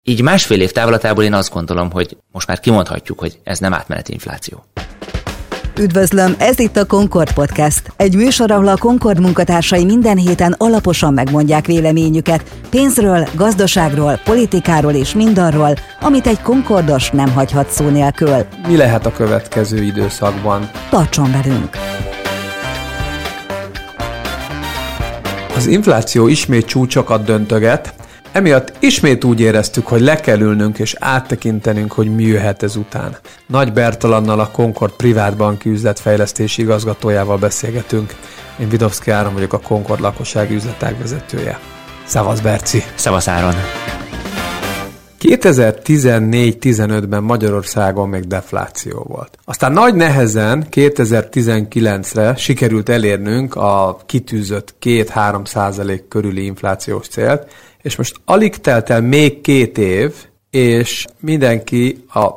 Így másfél év távlatából én azt gondolom, hogy most már kimondhatjuk, hogy ez nem átmeneti infláció. Üdvözlöm, ez itt a Concord Podcast. Egy műsor, ahol a Concord munkatársai minden héten alaposan megmondják véleményüket pénzről, gazdaságról, politikáról és mindarról, amit egy Concordos nem hagyhat szó nélkül. Mi lehet a következő időszakban? Tartson velünk! Az infláció ismét csúcsokat döntöget, emiatt ismét úgy éreztük, hogy le kell ülnünk és áttekintenünk, hogy mi jöhet ezután. Nagy Bertalannal, a Concord privátbanki üzletfejlesztési igazgatójával beszélgetünk. Én Vidovszky Áron vagyok, a Concord lakossági üzletág vezetője. Szevasz, Berci! Szevasz, Áron! 2014-15-ben Magyarországon még defláció volt. Aztán nagy nehezen 2019-re sikerült elérnünk a kitűzött 2-3% körüli inflációs célt, és most alig telt el még 2 év, és mindenki a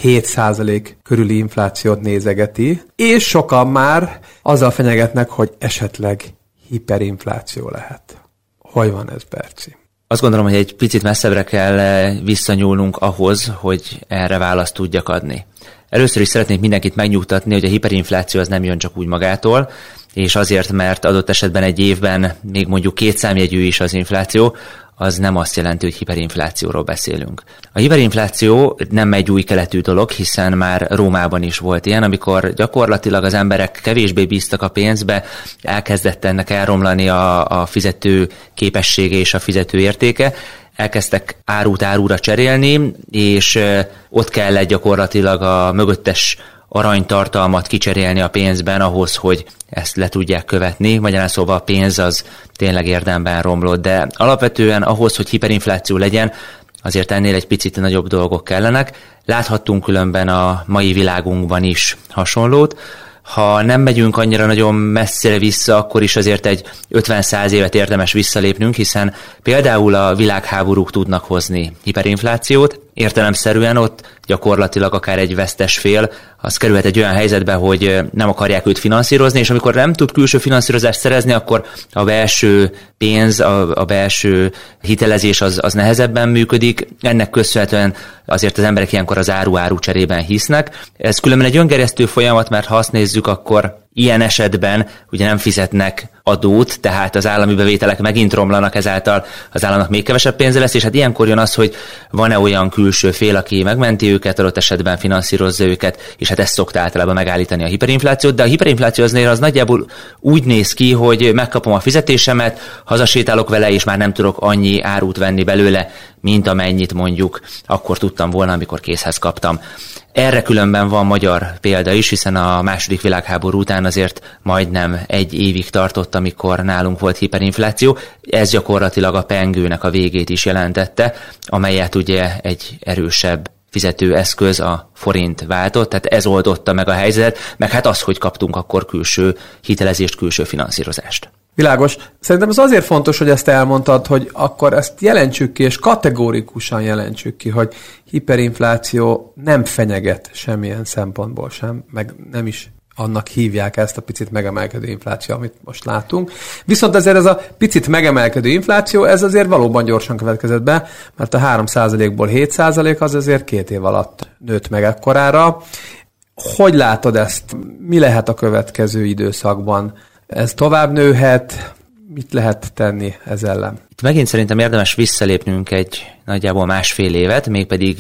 7% körüli inflációt nézegeti, és sokan már azzal fenyegetnek, hogy esetleg hiperinfláció lehet. Hogy van ez, Berci? Azt gondolom, hogy egy picit messzebbre kell visszanyúlnunk ahhoz, hogy erre választ tudjak adni. Először is szeretnék mindenkit megnyugtatni, hogy a hiperinfláció az nem jön csak úgy magától, és azért, mert adott esetben egy évben még mondjuk 2 számjegyű is az infláció, az nem azt jelenti, hogy hiperinflációról beszélünk. A hiperinfláció nem egy új keletű dolog, hiszen már Rómában is volt ilyen, amikor gyakorlatilag az emberek kevésbé bíztak a pénzbe, elkezdett ennek elromlani a fizető képessége és a fizető értéke, elkezdtek árut árúra cserélni, és ott kellett gyakorlatilag a mögöttes aranytartalmat kicserélni a pénzben ahhoz, hogy ezt le tudják követni. Magyarán szóval a pénz az tényleg érdemben romlott, de alapvetően ahhoz, hogy hiperinfláció legyen, azért ennél egy picit nagyobb dolgok kellenek. Láthattunk különben a mai világunkban is hasonlót. Ha nem megyünk annyira nagyon messzire vissza, akkor is azért egy 50-100 évet érdemes visszalépnünk, hiszen például a világháborúk tudnak hozni hiperinflációt. Értelemszerűen ott gyakorlatilag akár egy vesztes fél, az kerülhet egy olyan helyzetbe, hogy nem akarják őt finanszírozni, és amikor nem tud külső finanszírozást szerezni, akkor a belső pénz, a belső hitelezés az nehezebben működik. Ennek köszönhetően azért az emberek ilyenkor az áru-áru cserében hisznek. Ez különben egy öngerjesztő folyamat, mert ha azt nézzük, akkor ilyen esetben ugye nem fizetnek adót, tehát az állami bevételek megint romlanak, ezáltal az államnak még kevesebb pénze lesz, és hát ilyenkor jön az, hogy van-e olyan külső fél, aki megmenti őket, adott esetben finanszírozza őket, és hát ez szokta általában megállítani a hiperinflációt, de a hiperinfláció az nagyjából úgy néz ki, hogy megkapom a fizetésemet, hazasétálok vele, és már nem tudok annyi árut venni belőle, mint amennyit mondjuk akkor tudtam volna, amikor készhez kaptam. Erre különben van magyar példa is, hiszen a II. Világháború után azért majdnem 1 évig tartott, amikor nálunk volt hiperinfláció. Ez gyakorlatilag a pengőnek a végét is jelentette, amelyet ugye egy erősebb fizetőeszköz, a forint váltott, tehát ez oldotta meg a helyzetet, meg hát az, hogy kaptunk akkor külső hitelezést, külső finanszírozást. Világos. Szerintem ez azért fontos, hogy ezt elmondtad, hogy akkor ezt jelentsük ki, és kategórikusan jelentsük ki, hogy hiperinfláció nem fenyeget semmilyen szempontból sem, meg nem is annak hívják ezt a picit megemelkedő infláció, amit most látunk. Viszont azért ez a picit megemelkedő infláció, ez azért valóban gyorsan következett be, mert a 3%-ból 7% az azért 2 év alatt nőtt meg ekkorára. Hogy látod ezt? Mi lehet a következő időszakban? Ez tovább nőhet? Mit lehet tenni ez ellen? Itt megint szerintem érdemes visszalépnünk egy nagyjából 1,5 évet, mégpedig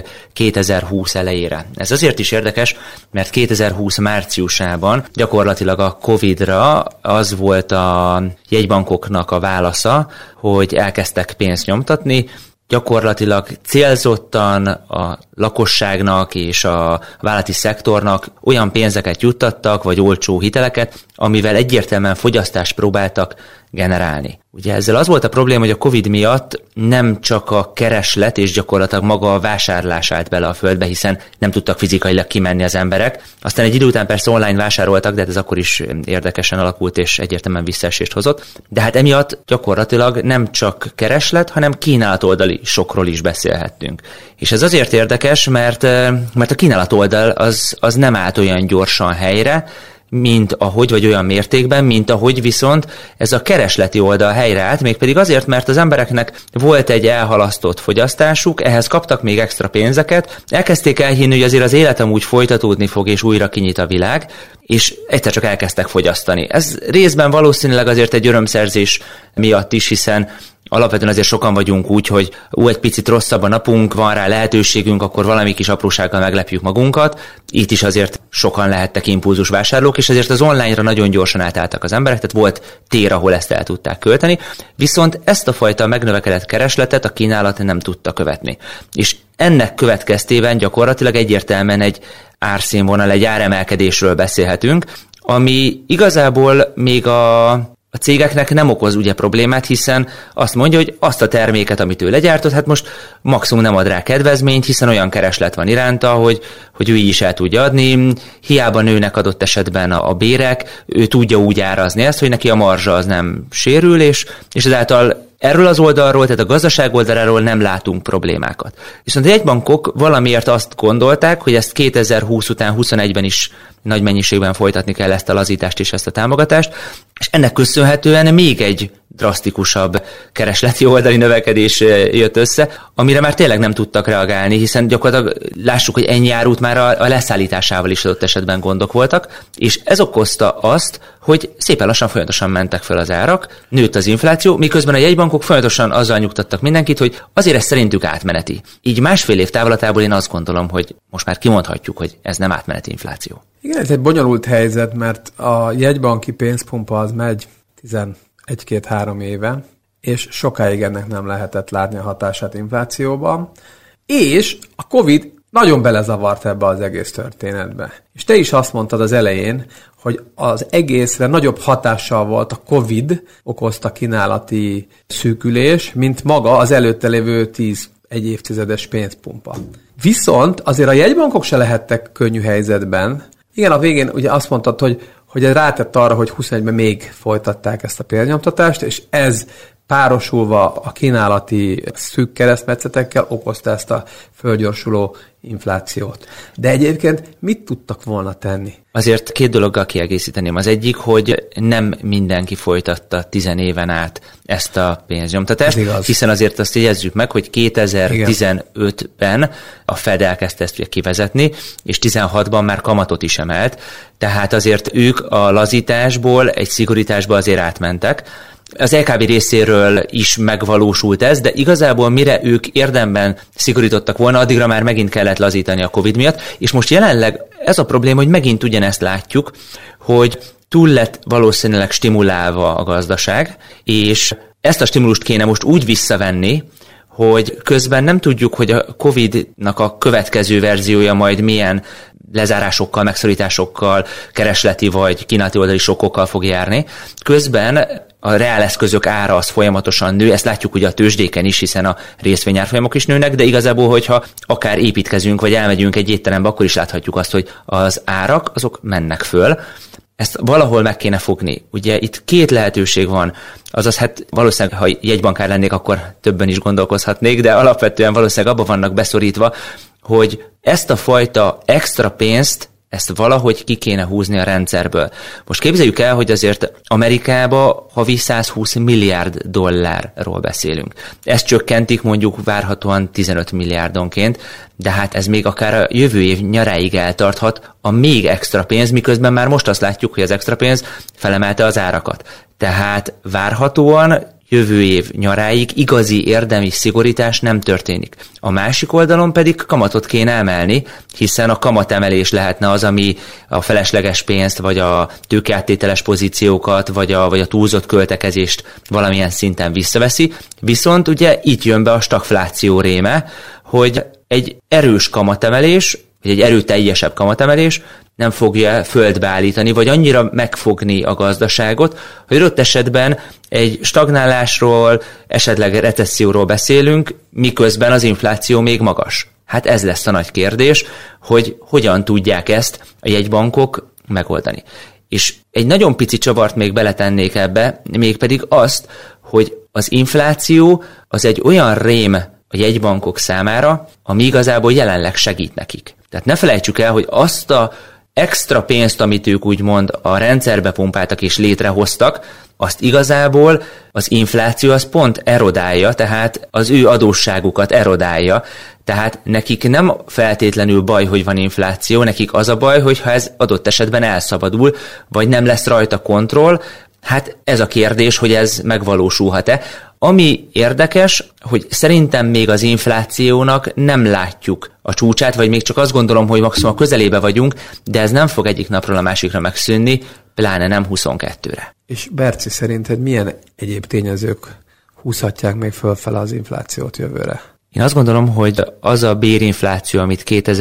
2020 elejére. Ez azért is érdekes, mert 2020 márciusában gyakorlatilag a Covid-ra az volt a jegybankoknak a válasza, hogy elkezdtek pénzt nyomtatni, gyakorlatilag célzottan a lakosságnak és a vállalati szektornak olyan pénzeket juttattak, vagy olcsó hiteleket, amivel egyértelműen fogyasztást próbáltak generálni. Ugye ezzel az volt a probléma, hogy a Covid miatt nem csak a kereslet és gyakorlatilag maga a vásárlás állt bele a földbe, hiszen nem tudtak fizikailag kimenni az emberek. Aztán egy idő után persze online vásároltak, de hát ez akkor is érdekesen alakult és egyértelműen visszaesést hozott. De hát emiatt gyakorlatilag nem csak kereslet, hanem kínálat oldali sokról is beszélhettünk. És ez azért érdekes, mert a kínálat oldal az nem állt olyan gyorsan helyre, mint ahogy, vagy olyan mértékben, mint ahogy viszont ez a keresleti oldal helyreállt, mégpedig azért, mert az embereknek volt egy elhalasztott fogyasztásuk, ehhez kaptak még extra pénzeket, elkezdték elhinni, hogy azért az életem úgy folytatódni fog, és újra kinyit a világ, és egyszer csak elkezdtek fogyasztani. Ez részben valószínűleg azért egy örömszerzés miatt is, hiszen alapvetően azért sokan vagyunk úgy, hogy egy picit rosszabb a napunk, van rá lehetőségünk, akkor valami kis aprósággal meglepjük magunkat. Itt is azért sokan lehettek impulzusvásárlók, és ezért az online-ra nagyon gyorsan átálltak az emberek, tehát volt tér, ahol ezt el tudták költeni, viszont ezt a fajta megnövekedett keresletet a kínálat nem tudta követni. És ennek következtében gyakorlatilag egyértelműen egy árszínvonal, egy áremelkedésről beszélhetünk, ami igazából még a cégeknek nem okoz ugye problémát, hiszen azt mondja, hogy azt a terméket, amit ő legyártott, hát most maximum nem ad rá kedvezményt, hiszen olyan kereslet van iránta, hogy ő így is el tudja adni, hiába nőnek adott esetben a bérek, ő tudja úgy árazni ezt, hogy neki a marzsa az nem sérül, és ezáltal erről az oldalról, tehát a gazdaság oldaláról nem látunk problémákat. Viszont a jegybankok valamiért azt gondolták, hogy ezt 2020 után 21-ben is nagy mennyiségben folytatni kell ezt a lazítást és ezt a támogatást, és ennek köszönhetően még egy drasztikusabb keresleti oldali növekedés jött össze, amire már tényleg nem tudtak reagálni, hiszen gyakorlatilag lássuk, hogy ennyi árut már a leszállításával is adott esetben gondok voltak, és ez okozta azt, hogy szépen lassan folyamatosan mentek fel az árak, nőtt az infláció, miközben a jegybankok folyamatosan azzal nyugtattak mindenkit, hogy azért ez szerintük átmeneti. Így másfél év távlatából én azt gondolom, hogy most már kimondhatjuk, hogy ez nem átmeneti infláció. Igen, ez egy bonyolult helyzet, mert a jegybanki pénzpumpa az megy 11-2-3 éve, és sokáig ennek nem lehetett látni a hatását inflációban, és a Covid nagyon belezavart ebbe az egész történetbe. És te is azt mondtad az elején, hogy az egészre nagyobb hatással volt a Covid okozta kínálati szűkülés, mint maga az előtte lévő 10 egy évtizedes pénzpumpa. Viszont azért a jegybankok se lehettek könnyű helyzetben. Igen, a végén ugye azt mondtad, hogy ez rátett arra, hogy 21-ben még folytatták ezt a pénznyomtatást, és ez párosulva a kínálati szűk keresztmetszetekkel okozta ezt a fölgyorsuló inflációt. De egyébként mit tudtak volna tenni? Azért két dologgal kiegészíteném. Az egyik, hogy nem mindenki folytatta 10 éven át ezt a pénznyomtatást, hiszen azért azt jegyezzük meg, hogy 2015-ben a Fed elkezdte ezt kivezetni, és 16-ban már kamatot is emelt, tehát azért ők a lazításból egy szigorításba azért átmentek. Az LKB részéről is megvalósult ez, de igazából mire ők érdemben szigorítottak volna, addigra már megint kellett lazítani a Covid miatt, és most jelenleg ez a probléma, hogy megint ugyanezt látjuk, hogy túl lett valószínűleg stimulálva a gazdaság, és ezt a stimulust kéne most úgy visszavenni, hogy közben nem tudjuk, hogy a Covid-nak a következő verziója majd milyen lezárásokkal, megszorításokkal, keresleti vagy kínálati oldali sokkokkal fog járni. Közben a reáleszközök ára az folyamatosan nő, ezt látjuk ugye a tőzsdéken is, hiszen a részvényárfolyamok is nőnek, de igazából, hogyha akár építkezünk, vagy elmegyünk egy étterembe, akkor is láthatjuk azt, hogy az árak azok mennek föl. Ezt valahol meg kéne fogni. Ugye itt két lehetőség van, azaz hát valószínűleg, ha jegybankár lennék, akkor többen is gondolkozhatnék, de alapvetően valószínűleg abba vannak beszorítva, hogy ezt a fajta extra pénzt, ezt valahogy ki kéne húzni a rendszerből. Most képzeljük el, hogy azért Amerikában havi 120 milliárd dollárról beszélünk. Ezt csökkentik mondjuk várhatóan 15 milliárdonként, de hát ez még akár a jövő év nyaráig eltarthat a még extra pénz, miközben már most azt látjuk, hogy az extra pénz felemelte az árakat. Tehát várhatóan jövő év nyaráig igazi érdemi szigorítás nem történik. A másik oldalon pedig kamatot kéne emelni, hiszen a kamatemelés lehetne az, ami a felesleges pénzt, vagy a tőkeáttételes pozíciókat, vagy a túlzott költekezést valamilyen szinten visszaveszi. Viszont ugye itt jön be a stagfláció réme, hogy egy erős kamatemelés, vagy egy erőteljesebb kamatemelés nem fogja földbe állítani, vagy annyira megfogni a gazdaságot, hogy adott esetben egy stagnálásról, esetleg recesszióról beszélünk, miközben az infláció még magas. Hát ez lesz a nagy kérdés, hogy hogyan tudják ezt a jegybankok megoldani. És egy nagyon pici csavart még beletennék ebbe, mégpedig azt, hogy az infláció az egy olyan rém a jegybankok számára, ami igazából jelenleg segít nekik. Tehát ne felejtsük el, hogy azt a extra pénzt, amit ők úgymond a rendszerbe pumpáltak és létrehoztak, azt igazából az infláció az pont erodálja, tehát az ő adósságukat erodálja. Tehát nekik nem feltétlenül baj, hogy van infláció, nekik az a baj, hogyha ez adott esetben elszabadul, vagy nem lesz rajta kontroll. Hát ez a kérdés, hogy ez megvalósulhat-e. Ami érdekes, hogy szerintem még az inflációnak nem látjuk a csúcsát, vagy még csak azt gondolom, hogy maximum a közelébe vagyunk, de ez nem fog egyik napról a másikra megszűnni, pláne nem 22-re. És Berci, szerinted milyen egyéb tényezők húzhatják még fölfele az inflációt jövőre? Én azt gondolom, hogy az a bérinfláció, amit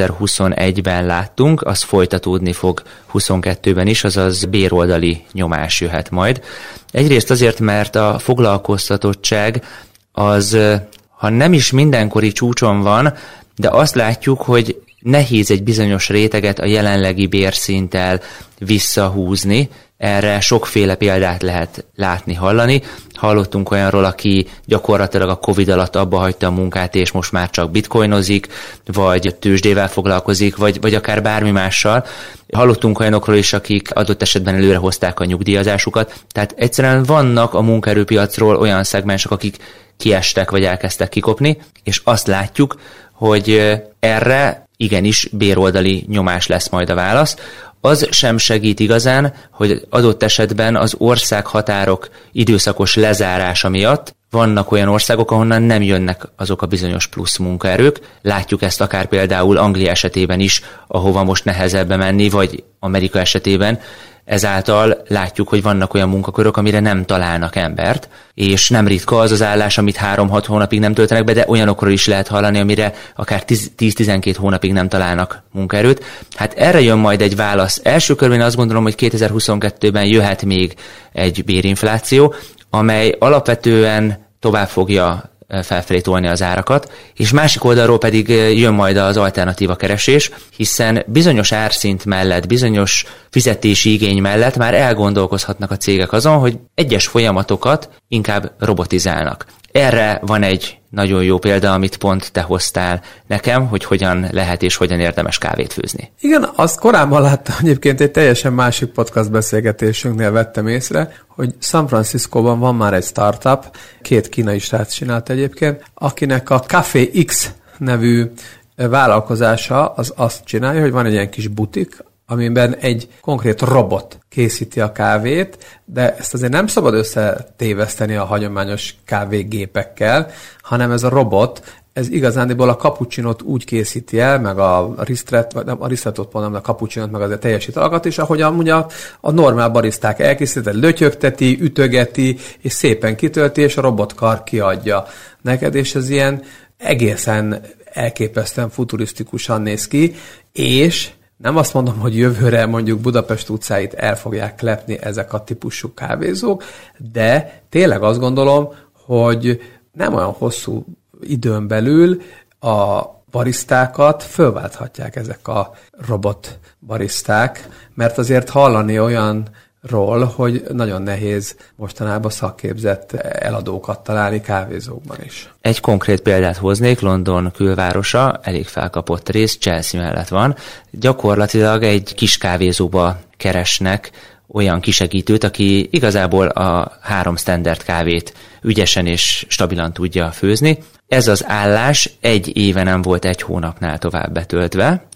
2021-ben láttunk, az folytatódni fog 22-ben is, azaz béroldali nyomás jöhet majd. Egyrészt azért, mert a foglalkoztatottság az, ha nem is mindenkori csúcson van, de azt látjuk, hogy nehéz egy bizonyos réteget a jelenlegi bérszinttel visszahúzni. Erre sokféle példát lehet látni, hallani. Hallottunk olyanról, aki gyakorlatilag a Covid alatt abba hagyta a munkát, és most már csak bitcoinozik, vagy tőzsdével foglalkozik, vagy akár bármi mással. Hallottunk olyanokról is, akik adott esetben előre hozták a nyugdíjazásukat. Tehát egyszerűen vannak a munkaerőpiacról olyan szegmensek, akik kiestek, vagy elkezdtek kikopni, és azt látjuk, hogy erre igenis béroldali nyomás lesz majd a válasz. Az sem segít igazán, hogy adott esetben az országhatárok időszakos lezárása miatt vannak olyan országok, ahonnan nem jönnek azok a bizonyos plusz munkaerők. Látjuk ezt akár például Anglia esetében is, ahova most nehezebb menni, vagy Amerika esetében. Ezáltal látjuk, hogy vannak olyan munkakörök, amire nem találnak embert, és nem ritka az az állás, amit 3-6 hónapig nem töltenek be, de olyanokról is lehet hallani, amire akár 10-12 hónapig nem találnak munkaerőt. Hát erre jön majd egy válasz. Első körben azt gondolom, hogy 2022-ben jöhet még egy bérinfláció, amely alapvetően tovább fogja felfelé tolni az árakat, és másik oldalról pedig jön majd az alternatíva keresés, hiszen bizonyos árszint mellett, bizonyos fizetési igény mellett már elgondolkozhatnak a cégek azon, hogy egyes folyamatokat inkább robotizálnak. Erre van egy nagyon jó példa, amit pont te hoztál nekem, hogy hogyan lehet és hogyan érdemes kávét főzni. Igen, azt korábban láttam egyébként egy teljesen másik podcast beszélgetésünknél vettem észre, hogy San Franciscóban van már egy startup, 2 kínai srác csinált egyébként, akinek a Café X nevű vállalkozása az azt csinálja, hogy van egy ilyen kis butik, amiben egy konkrét robot készíti a kávét, de ezt azért nem szabad összetéveszteni a hagyományos kávégépekkel, hanem ez a robot, ez igazándiból a cappuccinót úgy készíti el, meg a ristrettot pont nem, a cappuccinót, meg az a teljes italakat, és ahogy amúgy a normál bariszták elkészítik, lötyögteti, ütögeti, és szépen kitölti, és a robotkar kiadja neked, és ez ilyen egészen elképesztően futurisztikusan néz ki, és nem azt mondom, hogy jövőre mondjuk Budapest utcáit el fogják lepni ezek a típusú kávézók, de tényleg azt gondolom, hogy nem olyan hosszú időn belül a barisztákat fölválthatják ezek a robot bariszták, mert azért hallani olyanról, hogy nagyon nehéz mostanában szakképzett eladókat találni kávézókban is. Egy konkrét példát hoznék, London külvárosa, elég felkapott rész, Chelsea mellett van. Gyakorlatilag egy kis kávézóba keresnek olyan kisegítőt, aki igazából a 3 standard kávét ügyesen és stabilan tudja főzni. Ez az állás 1 éve nem volt 1 hónapnál tovább betöltve,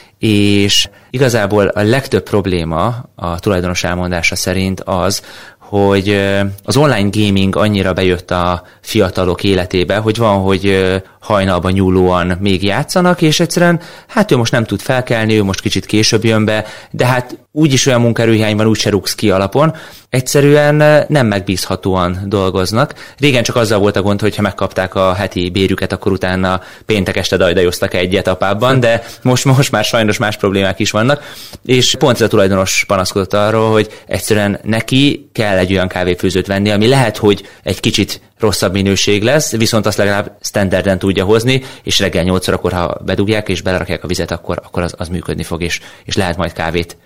és igazából a legtöbb probléma a tulajdonos elmondása szerint az, hogy az online gaming annyira bejött a fiatalok életébe, hogy van, hogy hajnalban nyúlóan még játszanak, és egyszerűen, hát ő most nem tud felkelni, ő most kicsit később jön be, de hát úgyis olyan munkaerőhiány van, úgyse rúgsz ki alapon. Egyszerűen nem megbízhatóan dolgoznak. Régen csak azzal volt a gond, hogy ha megkapták a heti bérüket, akkor utána péntek este dajdajoztak egyet a pubban, de most már sajnos más problémák is vannak. És pont ez a tulajdonos panaszkodott arról, hogy egyszerűen neki kell egy olyan kávéfőzőt venni, ami lehet, hogy egy kicsit rosszabb minőség lesz, viszont azt legalább standarden tudja hozni, és reggel 8-kor, ha bedugják és belerakják a vizet, akkor az működni fog, és lehet majd kávét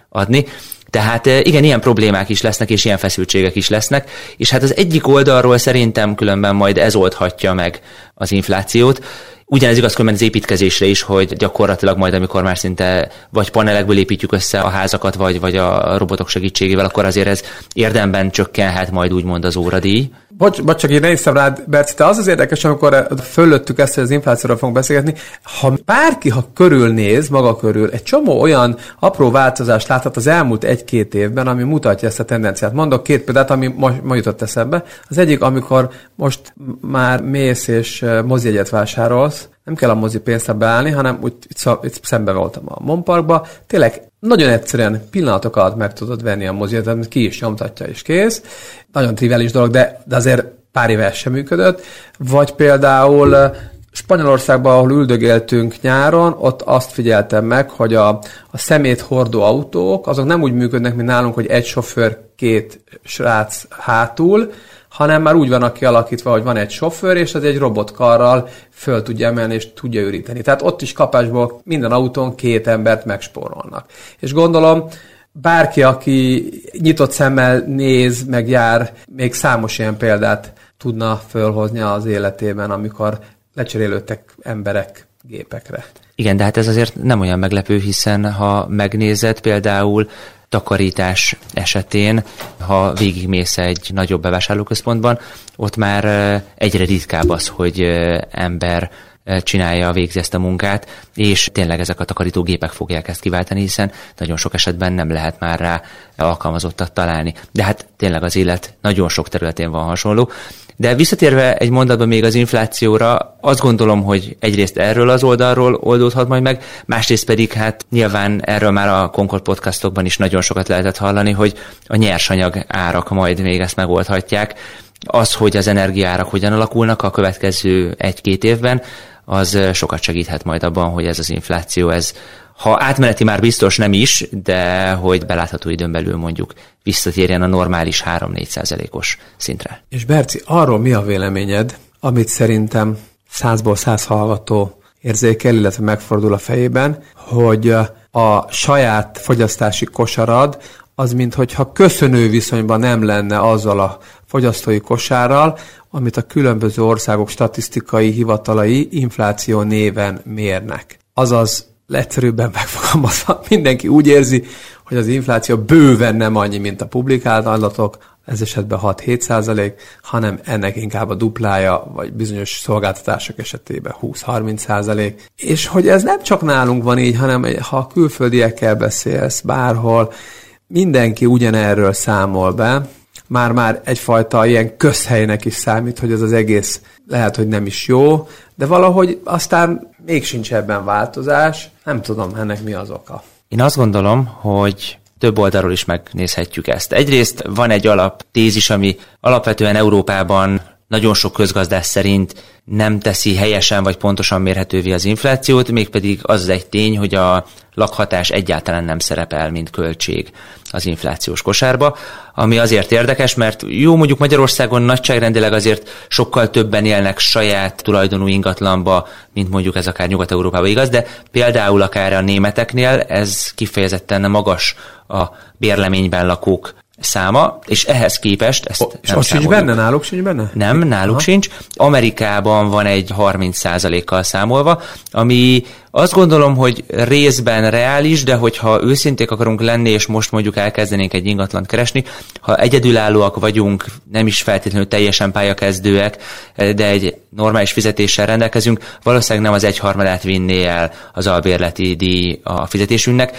adni. Tehát igen, ilyen problémák is lesznek, és ilyen feszültségek is lesznek, és hát az egyik oldalról szerintem különben majd ez oldhatja meg az inflációt. Ugyanez igaz különben az építkezésre is, hogy gyakorlatilag majd, amikor már szinte vagy panelekből építjük össze a házakat, vagy a robotok segítségével, akkor azért ez érdemben csökkenhet majd úgymond az óradíj. Bocs, csak én néztem rád, Berci, te az érdekes, amikor fölöttük ezt, hogy az inflációról fogunk beszélgetni, ha bárki, körülnéz maga körül, egy csomó olyan apró változást láthat az elmúlt 1-2 évben, ami mutatja ezt a tendenciát. Mondok 2 példát, ami ma jutott eszembe. Az egyik, amikor most már mész és mozijegyet vásárolsz, nem kell a mozi pénzre beállni, hanem úgy itt szembe voltam a Monparkba, tényleg nagyon egyszerűen pillanatok alatt meg tudod venni a moziat, amit ki is nyomtatja és kész. Nagyon triviális dolog, de azért pár éve sem működött. Vagy például Spanyolországban, ahol üldögéltünk nyáron, ott azt figyeltem meg, hogy a szeméthordó autók, azok nem úgy működnek, mint nálunk, hogy egy sofőr, 2 srác hátul, hanem már úgy vannak kialakítva, hogy van egy sofőr, és az egy robotkarral föl tudja emelni, és tudja üríteni. Tehát ott is kapásból minden autón 2 embert megspórolnak. És gondolom, bárki, aki nyitott szemmel néz, meg jár, még számos ilyen példát tudna fölhozni az életében, amikor lecserélődtek emberek gépekre. Igen, de hát ez azért nem olyan meglepő, hiszen ha megnézed például takarítás esetén, ha végigmész egy nagyobb bevásárlóközpontban, ott már egyre ritkább az, hogy ember csinálja, végzi ezt a munkát, és tényleg ezek a takarítógépek fogják ezt kiváltani, hiszen nagyon sok esetben nem lehet már rá alkalmazottat találni. De hát tényleg az élet nagyon sok területén van hasonló. De visszatérve egy mondatban még az inflációra, azt gondolom, hogy egyrészt erről az oldalról oldódhat majd meg, másrészt pedig hát nyilván erről már a Concord podcastokban is nagyon sokat lehetett hallani, hogy a nyersanyag árak majd még ezt megoldhatják. Az, hogy az energiaárak hogyan alakulnak a következő 1-2 évben, az sokat segíthet majd abban, hogy ez az infláció, ez ha átmeneti már biztos nem is, de hogy belátható időn belül mondjuk visszatérjen a normális 3-4%-os szintre. És Berci, arról mi a véleményed, amit szerintem 100-ból 100 hallgató érzékel, illetve megfordul a fejében, hogy a saját fogyasztási kosarad az, minthogyha köszönő viszonyban nem lenne azzal a fogyasztói kosárral, amit a különböző országok statisztikai hivatalai infláció néven mérnek. Azaz, egyszerűbben megfogalmazva, mindenki úgy érzi, hogy az infláció bőven nem annyi, mint a publikált adatok, ez esetben 6-7%, hanem ennek inkább a duplája, vagy bizonyos szolgáltatások esetében 20-30%. És hogy ez nem csak nálunk van így, hanem ha a külföldiekkel beszélsz bárhol, mindenki ugyanerről számol be, már egyfajta ilyen közhelynek is számít, hogy ez az egész lehet, hogy nem is jó, de valahogy aztán még sincs ebben változás. Nem tudom, ennek mi az oka. Én azt gondolom, hogy több oldalról is megnézhetjük ezt. Egyrészt van egy alaptézis, ami alapvetően Európában nagyon sok közgazdász szerint nem teszi helyesen vagy pontosan mérhetővé az inflációt, mégpedig az egy tény, hogy a lakhatás egyáltalán nem szerepel, mint költség az inflációs kosárba, ami azért érdekes, mert jó, mondjuk Magyarországon nagyságrendileg azért sokkal többen élnek saját tulajdonú ingatlanba, mint mondjuk ez akár Nyugat-Európában igaz, de például akár a németeknél ez kifejezetten magas a bérleményben lakók száma, és ehhez képest ezt és most sincs benne? Náluk sincs benne? Nem, náluk sincs. Amerikában van egy 30%-kal számolva, ami azt gondolom, hogy részben reális, de hogyha őszinték akarunk lenni, és most mondjuk elkezdenénk egy ingatlant keresni, ha egyedülállóak vagyunk, nem is feltétlenül teljesen pályakezdőek, de egy normális fizetéssel rendelkezünk, valószínűleg nem az 1/3 vinné el az albérleti díj a fizetésünknek.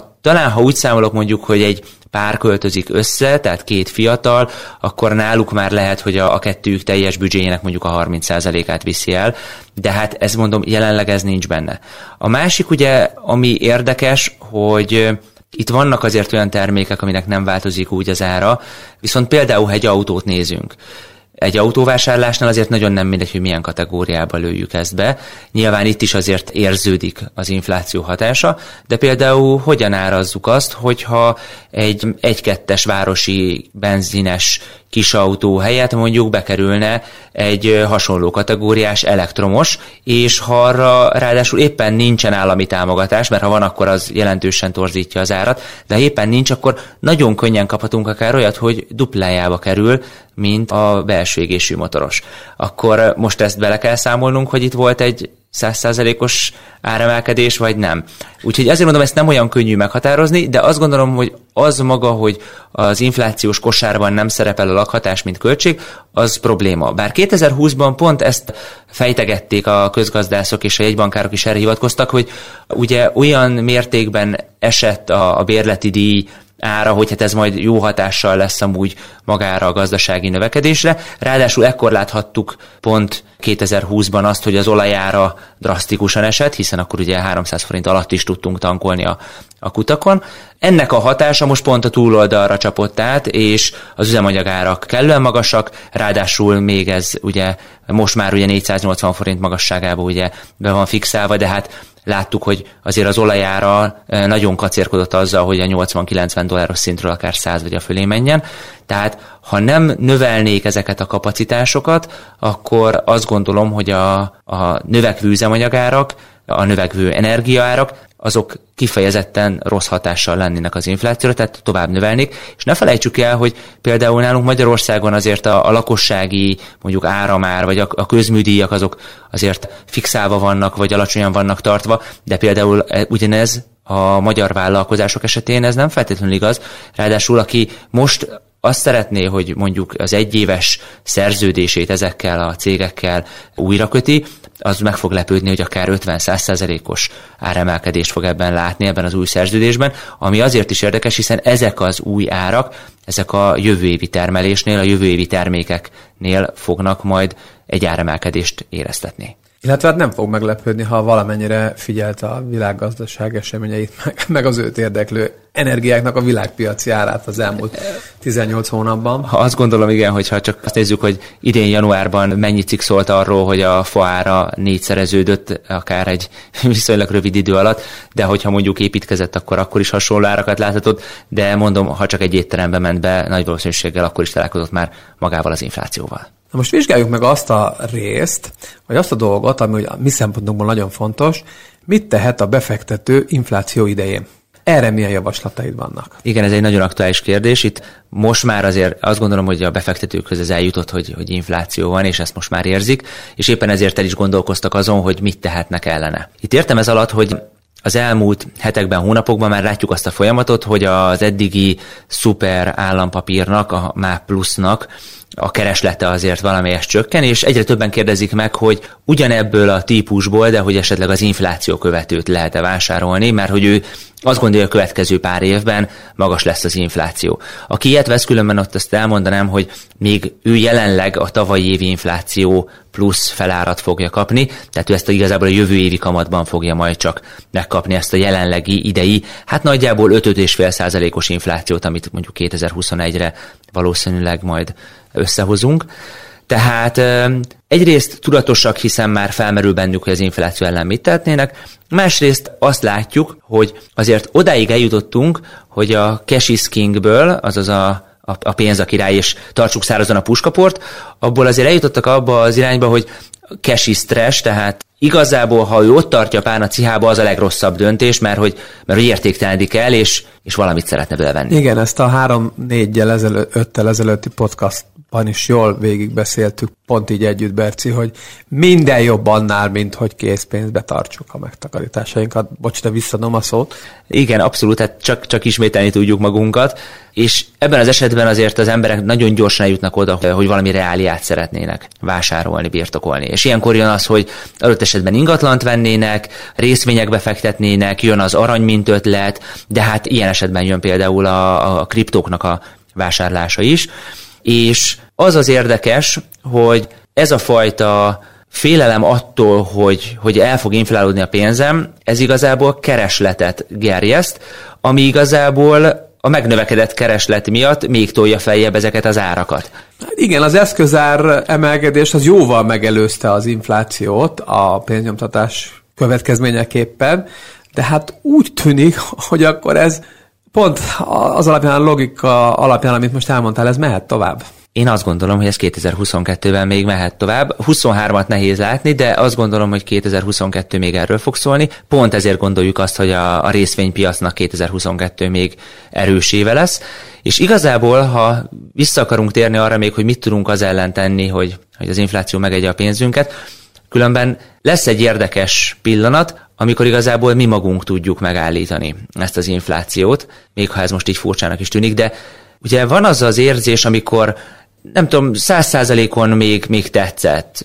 Ha úgy számolok mondjuk, hogy egy pár költözik össze, tehát 2 fiatal, akkor náluk már lehet, hogy a kettőjük teljes büdzséjének mondjuk a 30%-át viszi el, de hát ez mondom, jelenleg ez nincs benne. A másik ugye, ami érdekes, hogy itt vannak azért olyan termékek, aminek nem változik úgy az ára, viszont például, ha egy autót nézünk, egy autóvásárlásnál azért nagyon nem mindegy, hogy milyen kategóriába lőjük ezt be. Nyilván itt is azért érződik az infláció hatása, de például hogyan árazzuk azt, hogyha egy 1-2-es városi benzines kis autó helyett mondjuk bekerülne egy hasonló kategóriás elektromos, és ha arra ráadásul éppen nincsen állami támogatás, mert ha van, akkor az jelentősen torzítja az árat, de ha éppen nincs, akkor nagyon könnyen kaphatunk akár olyat, hogy duplájába kerül, mint a belső égésű motoros. Akkor most ezt bele kell számolnunk, hogy itt volt egy 100%-os áremelkedés, vagy nem. Úgyhogy ezért mondom, ezt nem olyan könnyű meghatározni, de azt gondolom, hogy az maga, hogy az inflációs kosárban nem szerepel a lakhatás, mint költség, az probléma. Bár 2020-ban pont ezt fejtegették a közgazdászok és a jegybankárok is erre hivatkoztak, hogy ugye olyan mértékben esett a bérleti díj ára, hogy hát ez majd jó hatással lesz amúgy magára a gazdasági növekedésre. Ráadásul ekkor láthattuk pont 2020-ban azt, hogy az olajára drasztikusan esett, hiszen akkor ugye 300 forint alatt is tudtunk tankolni a kutakon. Ennek a hatása most pont a túloldalra csapott át, és az üzemanyagárak kellően magasak, ráadásul még ez ugye most már ugye 480 forint magasságába ugye be van fixálva, de hát láttuk, hogy azért az olajára nagyon kacérkodott azzal, hogy a 80-90 dolláros szintről akár 100 vagy a fölé menjen. Tehát ha nem növelnék ezeket a kapacitásokat, akkor azt gondolom, hogy a növekvő üzemanyagárak, a növekvő energiaárak, azok kifejezetten rossz hatással lennének az inflációra, tehát tovább növelnék. És ne felejtsük el, hogy például nálunk Magyarországon azért a lakossági mondjuk áramár, vagy a közműdíjak azok azért fixálva vannak, vagy alacsonyan vannak tartva, de például ugyanez a magyar vállalkozások esetén ez nem feltétlenül igaz. Ráadásul aki most azt szeretné, hogy mondjuk az egyéves szerződését ezekkel a cégekkel újra köti, az meg fog lepődni, hogy akár 50-100%-os áremelkedést fog ebben látni, ebben az új szerződésben, ami azért is érdekes, hiszen ezek az új árak, ezek a jövő évi termelésnél, a jövő évi termékeknél fognak majd egy áremelkedést éreztetni. Illetve hát nem fog meglepődni, ha valamennyire figyelte a világgazdaság eseményeit, meg az őt érdeklő energiáknak a világpiaci árát az elmúlt 18 hónapban. Ha azt gondolom, igen, hogyha csak azt nézzük, hogy idén januárban mennyi cikk szólt arról, hogy a fa ára 4-szereződött akár egy viszonylag rövid idő alatt, de hogyha mondjuk építkezett, akkor is hasonló árakat láthatott, de mondom, ha csak egy étterembe ment be, nagy valószínűséggel akkor is találkozott már magával az inflációval. Na most vizsgáljuk meg azt a részt, vagy azt a dolgot, ami a mi szempontunkból nagyon fontos, mit tehet a befektető infláció idején. Erre milyen javaslataid vannak? Igen, ez egy nagyon aktuális kérdés. Itt most már azért azt gondolom, hogy a befektetőkhöz ez eljutott, hogy infláció van, és ezt most már érzik, és éppen ezért el is gondolkoztak azon, hogy mit tehetnek ellene. Itt értem ez alatt, hogy az elmúlt hetekben, hónapokban már látjuk azt a folyamatot, hogy az eddigi szuper állampapírnak, a MÁP plusznak a kereslete azért valamelyest csökken, és egyre többen kérdezik meg, hogy ugyanebből a típusból, de hogy esetleg az infláció követőt lehet-e vásárolni, mert hogy ő azt gondolja, a következő pár évben magas lesz az infláció. Aki ilyet vesz, különben ott azt elmondanám, hogy még ő jelenleg a tavalyi évi infláció plusz felárat fogja kapni, tehát ő ezt igazából a jövő évi kamatban fogja majd csak megkapni ezt a jelenlegi idei, hát nagyjából 5-5,5%-os inflációt, amit mondjuk 2021-re valószínűleg majd összehozunk. Tehát egyrészt tudatosak, hiszen már felmerül bennük, hogy az infláció ellen mit tehetnének, másrészt azt látjuk, hogy azért odáig eljutottunk, hogy a cash is kingből, azaz a pénz a király, és tartsuk szárazon a puskaport, abból azért eljutottak abba az irányba, hogy cash is trash, tehát igazából, ha ő ott tartja a pán cihába, az a legrosszabb döntés, mert hogy értéktelenedik el, és valamit szeretne belevenni. Igen, ezt a 3-4-5-tel ezelőtti podcastban is jól végigbeszéltük, pont így együtt, Berci, hogy minden jobb annál, mint hogy készpénzbe tartsuk a megtakarításainkat. Bocs, de visszadom a szót. Igen, abszolút, hát csak ismételni tudjuk magunkat, és ebben az esetben azért az emberek nagyon gyorsan eljutnak oda, hogy valami reáliát szeretnének vásárolni, birtokolni. És ilyenkor jön az, hogy adott esetben ingatlant vennének, részvényekbe fektetnének, jön az arany mint ötlet, de hát ilyen esetben jön például a kriptóknak a vásárlása is. És az az érdekes, hogy ez a fajta félelem attól, hogy el fog inflálódni a pénzem, ez igazából keresletet gerjeszt, ami igazából a megnövekedett kereslet miatt még tolja feljebb ezeket az árakat. Igen, az eszközár emelkedés az jóval megelőzte az inflációt a pénznyomtatás következményeképpen, de hát úgy tűnik, hogy akkor ez pont az alapján, a logika alapján, amit most elmondtál, ez mehet tovább. Én azt gondolom, hogy ez 2022-ben még mehet tovább. 23-at nehéz látni, de azt gondolom, hogy 2022 még erről fog szólni. Pont ezért gondoljuk azt, hogy a részvénypiacnak 2022 még erős éve lesz. És igazából, ha vissza akarunk térni arra még, hogy mit tudunk az ellen tenni, hogy az infláció megegye a pénzünket, különben lesz egy érdekes pillanat, amikor igazából mi magunk tudjuk megállítani ezt az inflációt, még ha ez most így furcsának is tűnik, de ugye van az az érzés, amikor nem tudom, 100%-on még tetszett.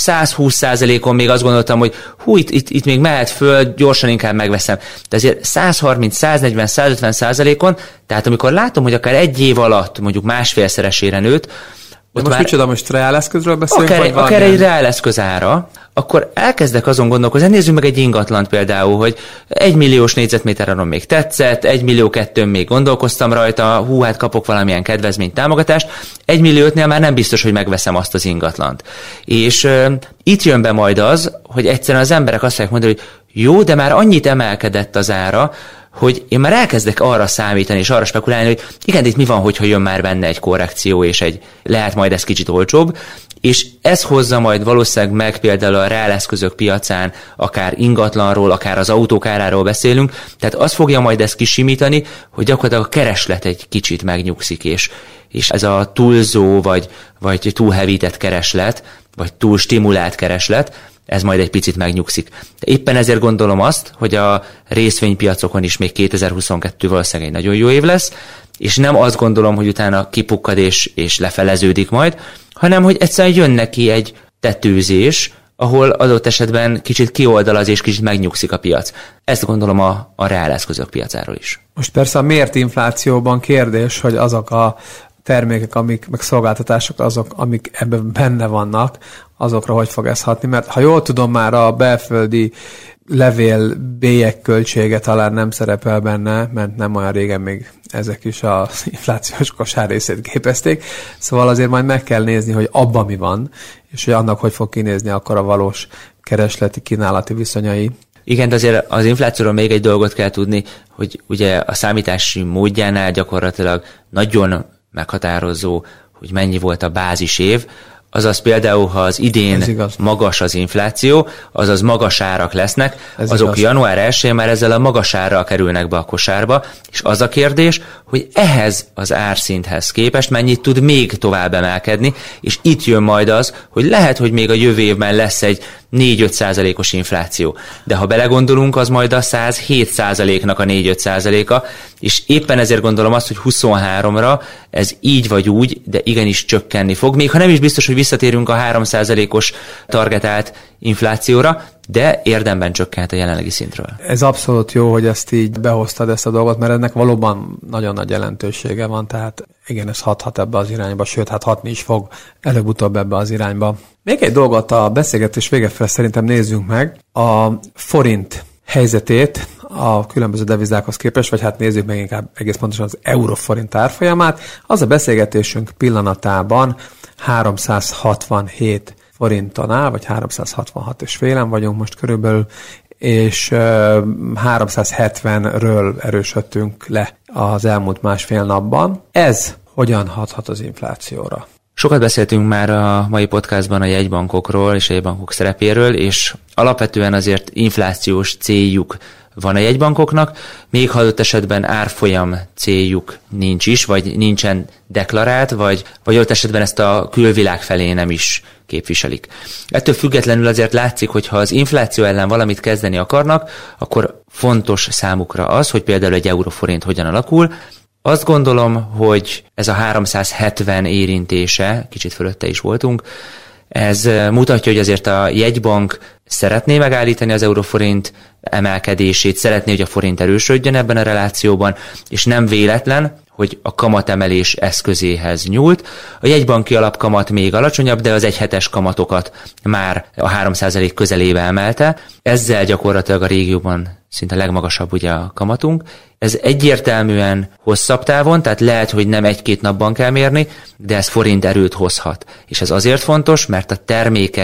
120%-on még azt gondoltam, hogy itt még mehet föl, gyorsan inkább megveszem. De azért 130, 140, 150%-on, tehát amikor látom, hogy akár egy év alatt mondjuk másfélszeresére nőtt, de most micsoda, most reáleszközről beszélünk? Akár egy reáleszköz ára, akkor elkezdek azon gondolkozni, nézzük meg egy ingatlant például, hogy 1 milliós négyzetméteron még tetszett, 1 millió 2 még gondolkoztam rajta, hát kapok valamilyen kedvezményt, támogatást, 1 millió 5-nél már nem biztos, hogy megveszem azt az ingatlant. És itt jön be majd az, hogy egyszerűen az emberek azt fogják mondani, hogy jó, de már annyit emelkedett az ára, hogy én már elkezdek arra számítani és arra spekulálni, hogy igen, itt mi van, hogyha jön már benne egy korrekció, és lehet majd ez kicsit olcsóbb, és ez hozza majd valószínűleg meg például a reáleszközök piacán, akár ingatlanról, akár az autók áráról beszélünk, tehát az fogja majd ezt kisimítani, hogy gyakorlatilag a kereslet egy kicsit megnyugszik, és ez a túlzó, vagy túlhevített kereslet, vagy túl stimulált kereslet, ez majd egy picit megnyugszik. De éppen ezért gondolom azt, hogy a részvénypiacokon is még 2022 valószínűleg egy nagyon jó év lesz, és nem azt gondolom, hogy utána kipukkad és lefeleződik majd, hanem hogy egyszerűen jön neki egy tetőzés, ahol adott esetben kicsit kioldalaz és kicsit megnyugszik a piac. Ezt gondolom a reáleszközök piacáról is. Most persze a mért inflációban kérdés, hogy azok a termékek, meg szolgáltatások, azok, amik ebben benne vannak, azokra hogy fog ez hatni, mert ha jól tudom, már a belföldi levél bélyek költsége talán nem szerepel benne, mert nem olyan régen még ezek is az inflációs kosár részét képezték, szóval azért majd meg kell nézni, hogy abban mi van, és hogy annak hogy fog kinézni akkor a valós keresleti kínálati viszonyai. Igen, de azért az inflációról még egy dolgot kell tudni, hogy ugye a számítási módjánál gyakorlatilag nagyon meghatározó, hogy mennyi volt a bázis év, azaz például, ha az idén magas az infláció, azaz magas árak lesznek, azok január 1-én már ezzel a magas árral kerülnek be a kosárba, és az a kérdés, hogy ehhez az árszinthez képest mennyit tud még tovább emelkedni, és itt jön majd az, hogy lehet, hogy még a jövő évben lesz egy 4-5%-os infláció. De ha belegondolunk, az majd a 107%-nak a 4-5%-a, és éppen ezért gondolom azt, hogy 23-ra ez így vagy úgy, de igenis csökkenni fog. Még ha nem is biztos, hogy visszatérünk a 3%-os targetált inflációra, de érdemben csökkent a jelenlegi szintről. Ez abszolút jó, hogy ezt így behoztad ezt a dolgot, mert ennek valóban nagyon nagy jelentősége van, tehát igen, ez hathat ebbe az irányba, sőt, hát hatni is fog előbb-utóbb ebbe az irányba. Még egy dolgot a beszélgetés vége fel szerintem nézzünk meg. A forint helyzetét a különböző devizákhoz képest, vagy hát nézzük meg inkább egész pontosan az euró-forint árfolyamát. Az a beszélgetésünk pillanatában 367 forinton áll, vagy 366 és félen vagyunk most körülbelül, és 370-ről erősödtünk le az elmúlt másfél napban. Ez hogyan hathat az inflációra? Sokat beszéltünk már a mai podcastban a jegybankokról és a jegybankok szerepéről, és alapvetően azért inflációs céljuk van a jegybankoknak, még ha adott esetben árfolyam céljuk nincs is, vagy nincsen deklarált, vagy adott esetben ezt a külvilág felé nem is képviselik. Ettől függetlenül azért látszik, hogy ha az infláció ellen valamit kezdeni akarnak, akkor fontos számukra az, hogy például egy euróforint hogyan alakul. Azt gondolom, hogy ez a 370 érintése, kicsit fölötte is voltunk, ez mutatja, hogy azért a jegybank szeretné megállítani az euróforint emelkedését, szeretné, hogy a forint erősödjön ebben a relációban, és nem véletlen, hogy a kamatemelés eszközéhez nyúlt. A jegybanki alapkamat még alacsonyabb, de az egyhetes kamatokat már a 3% közelébe emelte. Ezzel gyakorlatilag a régióban szinte legmagasabb ugye a kamatunk. Ez egyértelműen hosszabb távon, tehát lehet, hogy nem 1-2 napban kell mérni, de ez forint erőt hozhat. És ez azért fontos, mert a termékek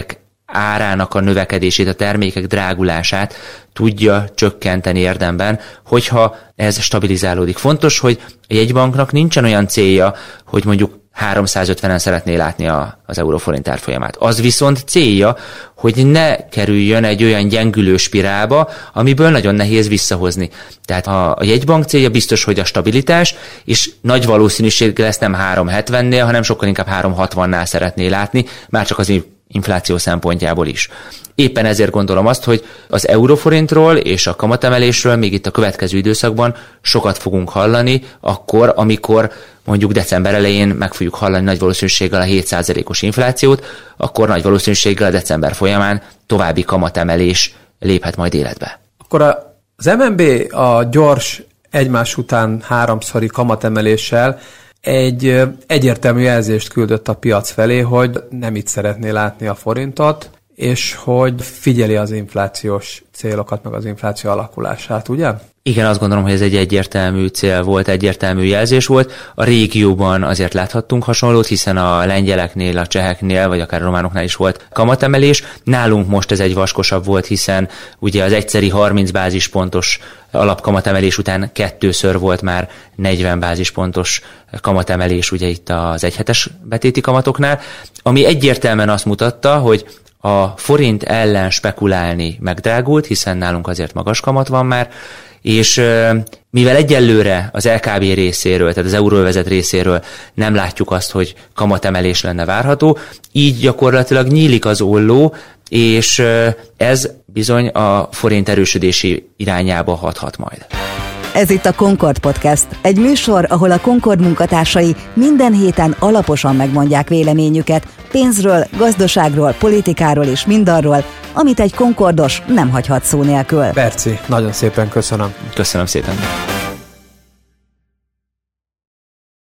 árának a növekedését, a termékek drágulását tudja csökkenteni érdemben, hogyha ez stabilizálódik. Fontos, hogy a jegybanknak nincsen olyan célja, hogy mondjuk 350-en szeretné látni az euróforint árfolyamát. Az viszont célja, hogy ne kerüljön egy olyan gyengülő spirálba, amiből nagyon nehéz visszahozni. Tehát a jegybank célja biztos, hogy a stabilitás, és nagy valószínűséggel ezt nem 370-nél, hanem sokkal inkább 360-nál szeretné látni, már csak az infláció szempontjából is. Éppen ezért gondolom azt, hogy az euróforintról és a kamatemelésről még itt a következő időszakban sokat fogunk hallani, akkor, amikor mondjuk december elején meg fogjuk hallani nagy valószínűséggel a 7%-os inflációt, akkor nagy valószínűséggel a december folyamán további kamatemelés léphet majd életbe. Akkor az MNB a gyors egymás után 3-szori kamatemeléssel egy egyértelmű jelzést küldött a piac felé, hogy nem itt szeretné látni a forintot, és hogy figyeli az inflációs célokat, meg az infláció alakulását, ugye? Igen, azt gondolom, hogy ez egy egyértelmű cél volt, egyértelmű jelzés volt. A régióban azért láthattunk hasonlót, hiszen a lengyeleknél, a cseheknél, vagy akár a románoknál is volt kamatemelés. Nálunk most ez egy vaskosabb volt, hiszen ugye az egyszeri 30 bázispontos alapkamatemelés után 2-ször volt már 40 bázispontos kamatemelés, ugye itt az egyhetes betéti kamatoknál, ami egyértelműen azt mutatta, hogy a forint ellen spekulálni megdrágult, hiszen nálunk azért magas kamat van már, és mivel egyelőre az LKB részéről, tehát az euróövezet részéről nem látjuk azt, hogy kamatemelés lenne várható, így gyakorlatilag nyílik az olló, és ez bizony a forint erősödési irányába hathat majd. Ez itt a Concord Podcast, egy műsor, ahol a Concord munkatársai minden héten alaposan megmondják véleményüket pénzről, gazdaságról, politikáról és mindarról, amit egy Concordos nem hagyhat szó nélkül. Berci, nagyon szépen köszönöm. Köszönöm szépen.